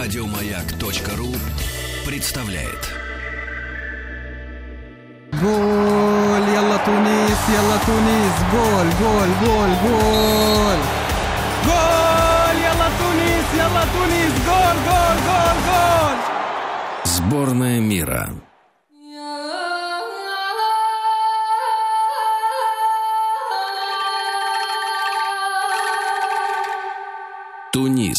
Радиомаяк.ру представляет. Гол, ялла Тунис, гол, гол, гол, гол. Гол, ялла Тунис, гол, гол, гол, гол. Сборная мира. Тунис.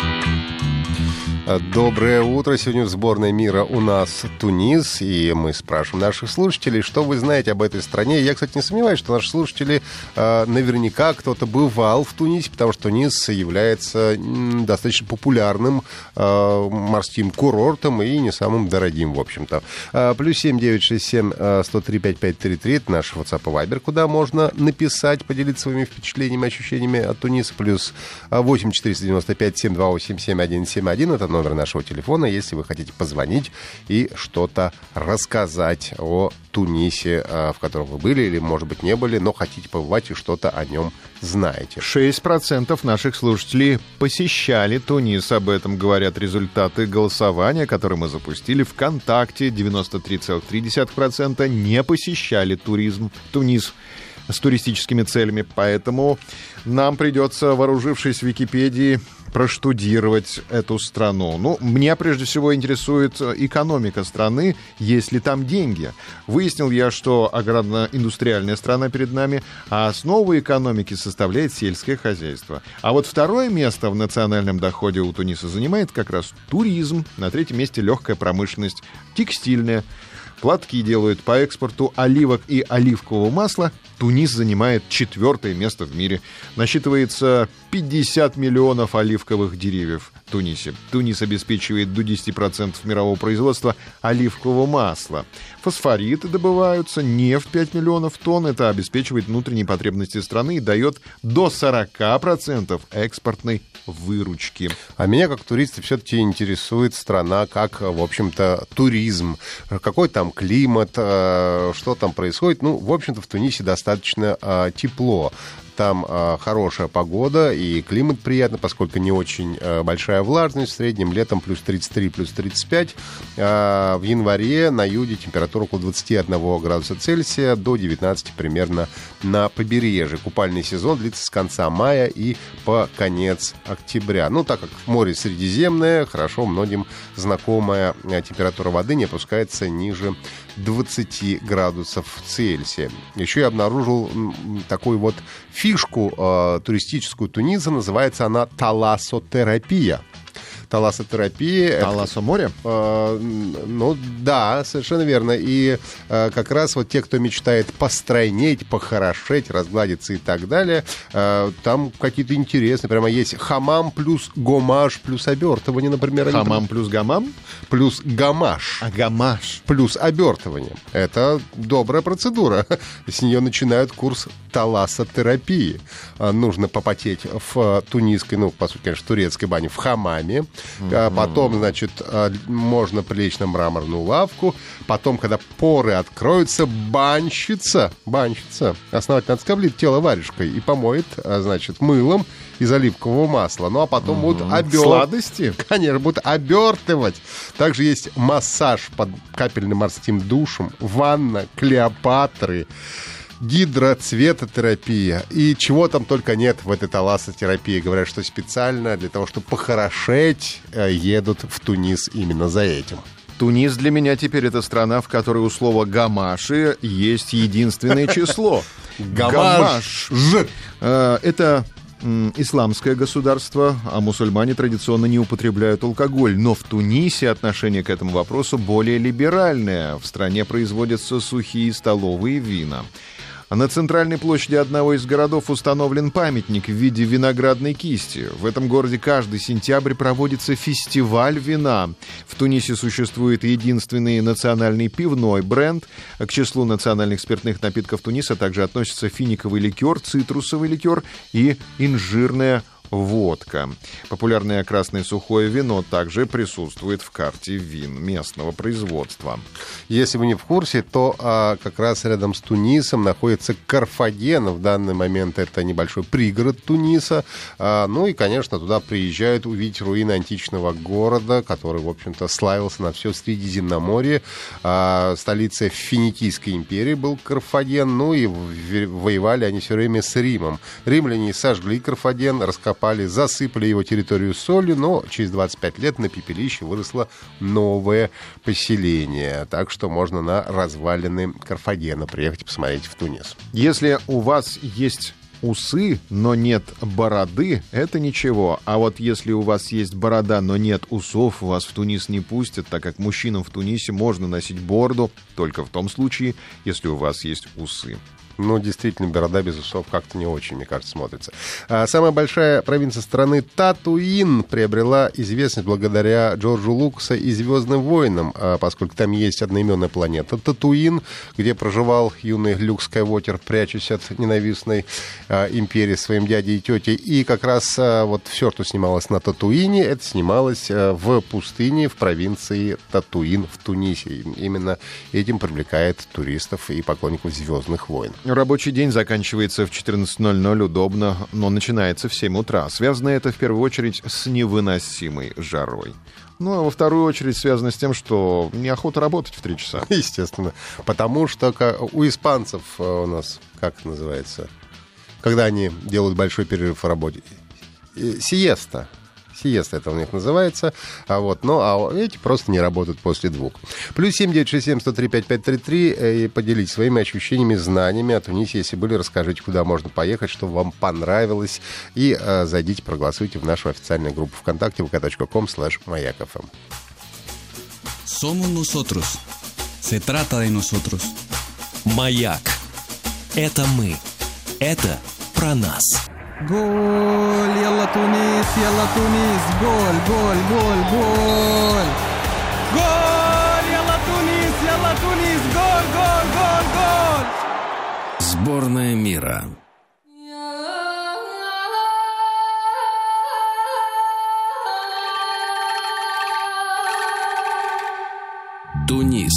Доброе утро. Сегодня в сборной мира у нас Тунис, и мы спрашиваем наших слушателей, что вы знаете об этой стране. Я, кстати, не сомневаюсь, что наши слушатели наверняка кто-то бывал в Тунисе, потому что Тунис является достаточно популярным морским курортом и не самым дорогим, в общем-то. Плюс 7967 103 5533 это наш WhatsApp и Viber, куда можно написать, поделиться своими впечатлениями, ощущениями от Туниса. Плюс 8 495 728 7171 это номер нашего телефона, если вы хотите позвонить и что-то рассказать о Тунисе, в котором вы были или, может быть, не были, но хотите побывать и что-то о нем знаете. 6% наших слушателей посещали Тунис. Об этом говорят результаты голосования, которые мы запустили ВКонтакте. 93,3% не посещали Тунис с туристическими целями. Поэтому нам придется, вооружившись Википедией, проштудировать эту страну. Ну, меня прежде всего интересует экономика страны, есть ли там деньги. Выяснил я, что аграрно-индустриальная страна перед нами, а основу экономики составляет сельское хозяйство. А вот второе место в национальном доходе у Туниса занимает как раз туризм. На третьем месте легкая промышленность, текстильная. Платки делают по экспорту оливок и оливкового масла. Тунис занимает 4-е место в мире. Насчитывается 50 миллионов оливковых деревьев в Тунисе. Тунис обеспечивает до 10% мирового производства оливкового масла. Фосфориты добываются, нефть 5 миллионов тонн. Это обеспечивает внутренние потребности страны и дает до 40% экспортной выручки. А меня, как туриста, все-таки интересует страна как, в общем-то, туризм. Какой там климат, что там происходит. Ну, в общем-то, в Тунисе достаточно тепло. Там хорошая погода и климат приятный, поскольку не очень большая влажность. В среднем летом плюс 33, плюс 35. В январе на юге температура около 21 градуса Цельсия до 19 примерно на побережье. Купальный сезон длится с конца мая и по конец октября. Ну, так как море Средиземное, хорошо многим знакомая температура воды не опускается ниже 20 градусов Цельсия. Еще я обнаружил такой вот фишку туристическую Туниса, называется она талассотерапия. Талассотерапия. Талассо море? Ну да, совершенно верно. И как раз вот те, кто мечтает постройнеть, похорошеть, разгладиться и так далее, там какие-то интересные. Прямо есть хамам плюс гомаш плюс обертывание, например. Хамам плюс гамам? Плюс гамаш. А гамаш. Плюс обертывание. Это добрая процедура. С нее начинают курс талассотерапии. Нужно попотеть в тунисской, ну, по сути, конечно, в турецкой бане, в хамаме. Потом, значит, можно прилечь на мраморную лавку. Потом, когда поры откроются, банщица основательно отскоблит тело варежкой и помоет, значит, мылом из оливкового масла. Ну, а потом будут сладости? Конечно, будут обертывать. Также есть массаж под капельным морским душем, ванна Клеопатры, гидроцветотерапия и чего там только нет в этой талассотерапии. Говорят, что специально для того, чтобы похорошеть, едут в Тунис именно за этим. Тунис для меня теперь это страна, в которой у слова «гамаши» есть единственное число. Гамаш. Это исламское государство, а мусульмане традиционно не употребляют алкоголь. Но в Тунисе отношение к этому вопросу более либеральное. В стране производятся сухие столовые вина. На центральной площади одного из городов установлен памятник в виде виноградной кисти. В этом городе каждый сентябрь проводится фестиваль вина. В Тунисе существует единственный национальный пивной бренд. К числу национальных спиртных напитков Туниса также относятся финиковый ликер, цитрусовый ликер и инжирная водка. Популярное красное сухое вино также присутствует в карте вин местного производства. Если вы не в курсе, то как раз рядом с Тунисом находится Карфаген. В данный момент это небольшой пригород Туниса. Ну и, конечно, туда приезжают увидеть руины античного города, который, в общем-то, славился на все Средиземноморье. Столица Финикийской империи был Карфаген. Ну и воевали они все время с Римом. Римляне сожгли Карфаген, раскопали, засыпали его территорию солью, но через 25 лет на пепелище выросло новое поселение. Так что можно на развалины Карфагена приехать и посмотреть в Тунис. Если у вас есть усы, но нет бороды, это ничего. А вот если у вас есть борода, но нет усов, вас в Тунис не пустят, так как мужчинам в Тунисе можно носить бороду только в том случае, если у вас есть усы. Ну, действительно, борода без усов как-то не очень, мне кажется, смотрится. Самая большая провинция страны Татуин приобрела известность благодаря Джорджу Лукасу и «Звездным войнам», поскольку там есть одноименная планета Татуин, где проживал юный Люк Скайуокер, прячась от ненавистной империи своим дядей и тетей. И как раз вот все, что снималось на Татуине, это снималось в пустыне в провинции Татуин в Тунисе. Именно этим привлекает туристов и поклонников «Звездных войн». Рабочий день заканчивается в 14:00, удобно, но начинается в 7 утра. Связано это в первую очередь с невыносимой жарой. Ну, а во вторую очередь связано с тем, что неохота работать в 3 часа. Естественно. Потому что у испанцев у нас, как это называется, когда они делают большой перерыв в работе? Сиеста. Сиеста это у них называется. А эти просто не работают после 2. Плюс 7967-103-5533. И поделитесь своими ощущениями, знаниями о Тунисе. Если были, расскажите, куда можно поехать, что вам понравилось. И зайдите, проголосуйте в нашу официальную группу ВКонтакте vk.com/mayak.fm. Somos nosotros. Se trata de nosotros. Маяк. Это мы. Это про нас. Гол, ялла Тунис, гол, гол, гол, гол. Гол, ялла Тунис, гол, гол, гол, гол. Сборная мира. Тунис.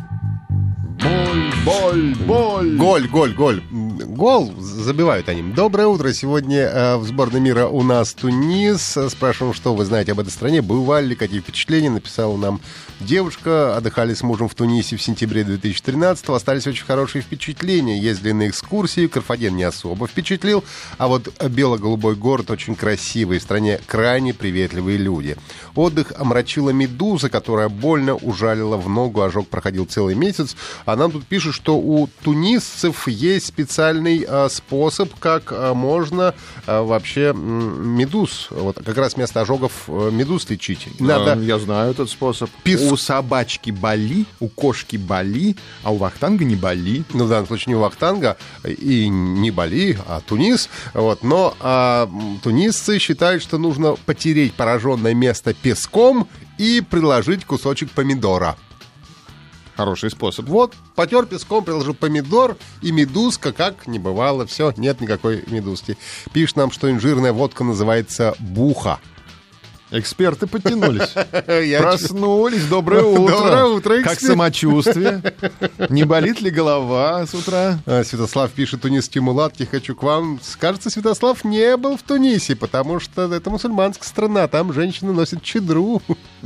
Гол. Гол забивают они. Доброе утро. Сегодня в сборной мира у нас Тунис. Спрашиваем, что вы знаете об этой стране. Бывали ли, какие впечатления? Написала нам девушка. Отдыхали с мужем в Тунисе в сентябре 2013-го. Остались очень хорошие впечатления. Ездили на экскурсии. Карфаген не особо впечатлил. А вот бело-голубой город очень красивый. В стране крайне приветливые люди. Отдых омрачила медуза, которая больно ужалила в ногу. Ожог проходил целый месяц. А нам тут пишут, что у тунисцев есть специальный способ, как можно вообще медуз, вот как раз вместо ожогов медуз лечить. Надо... Я знаю этот способ. У собачки боли, у кошки боли, а у вахтанга не боли. Ну, в данном случае не у вахтанга и не боли, а Тунис. Вот. Но тунисцы считают, что нужно потереть пораженное место песком и приложить кусочек помидора. Хороший способ. Вот, потер песком, приложил помидор, и медузка, как не бывало, все, нет никакой медузки. Пишет нам, что инжирная водка называется буха. Эксперты подтянулись. Проснулись. Доброе утро. Доброе утро, как самочувствие? Не болит ли голова с утра? Святослав пишет: тунисские мулатки, хочу к вам. Кажется, Святослав не был в Тунисе, потому что это мусульманская страна, там женщины носят чадру.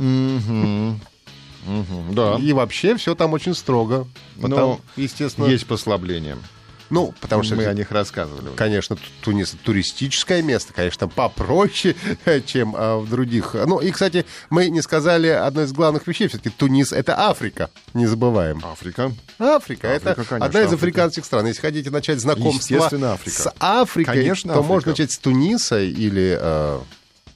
Да. И вообще все там очень строго. Но естественно, есть послабления. Ну, потому что мы о них рассказывали. Конечно, Тунис туристическое место, конечно, попроще, чем в других. Ну, и, кстати, мы не сказали одной из главных вещей. Все-таки Тунис — это Африка, не забываем. Африка, это конечно, одна из африканских стран. Если хотите начать знакомство Африка. с Африкой, конечно, то Африка. можно начать с Туниса или...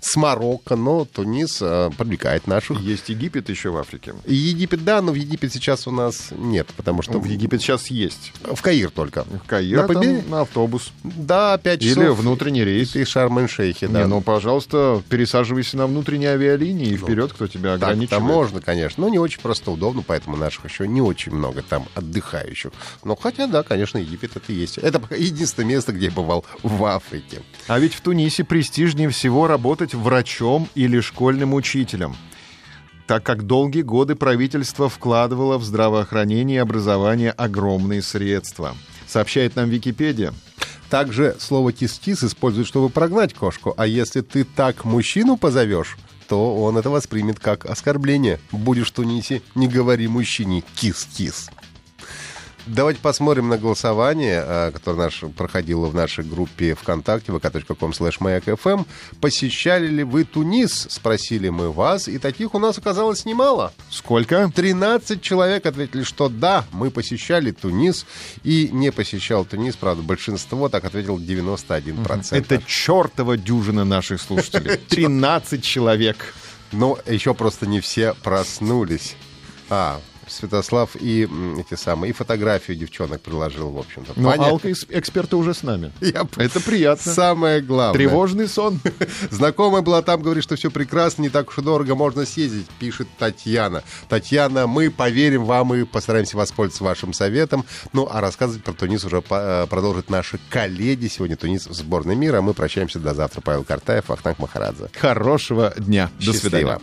с Марокко, но Тунис привлекает наших. Есть Египет еще в Африке. Египет, да, но в Египет сейчас у нас нет, потому что... В Египет сейчас есть. В Каир только. В Каир, там на автобус. Да, 5 часов. Или внутренний рейс. И Шарм-эль-Шейхе, да. Не, ну, пожалуйста, пересаживайся на внутренние авиалинии и вперед, кто тебя ограничивает. Так-то можно, конечно, но не очень просто удобно, поэтому наших еще не очень много там отдыхающих. Но хотя, да, конечно, Египет это и есть. Это единственное место, где я бывал в Африке. А ведь в Тунисе престижнее всего работать врачом или школьным учителем, так как долгие годы правительство вкладывало в здравоохранение и образование огромные средства. Сообщает нам Википедия. Также слово «кис-кис» используют, чтобы прогнать кошку. А если ты так мужчину позовешь, то он это воспримет как оскорбление. Будешь в Тунисе, не говори мужчине «кис-кис». Давайте посмотрим на голосование, которое проходило в нашей группе ВКонтакте, vk.com/mayak.fm. Посещали ли вы Тунис? Спросили мы вас, и таких у нас оказалось немало. Сколько? 13 человек ответили, что да, мы посещали Тунис, и не посещал Тунис, правда, большинство так ответил 91%. Это чертова дюжина наших слушателей. 13 человек. Но еще просто не все проснулись. Святослав и фотографию девчонок приложил, в общем-то. Но алко-эксперты уже с нами. Это приятно. Самое главное. Тревожный сон. Знакомая была там, говорит, что все прекрасно, не так уж и дорого, можно съездить, пишет Татьяна. Татьяна, мы поверим вам и постараемся воспользоваться вашим советом. Ну, а рассказывать про Тунис уже продолжат наши коллеги. Сегодня Тунис в сборной мира. Мы прощаемся до завтра. Павел Картаев, Вахтанг Махарадзе. Хорошего дня. До свидания.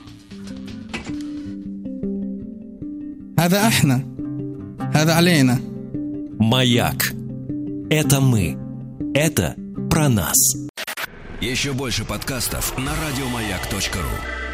هذا احنا هذا علينا. Маяк. Это мы. Это про нас. Еще больше подкастов на радиомаяк.ру.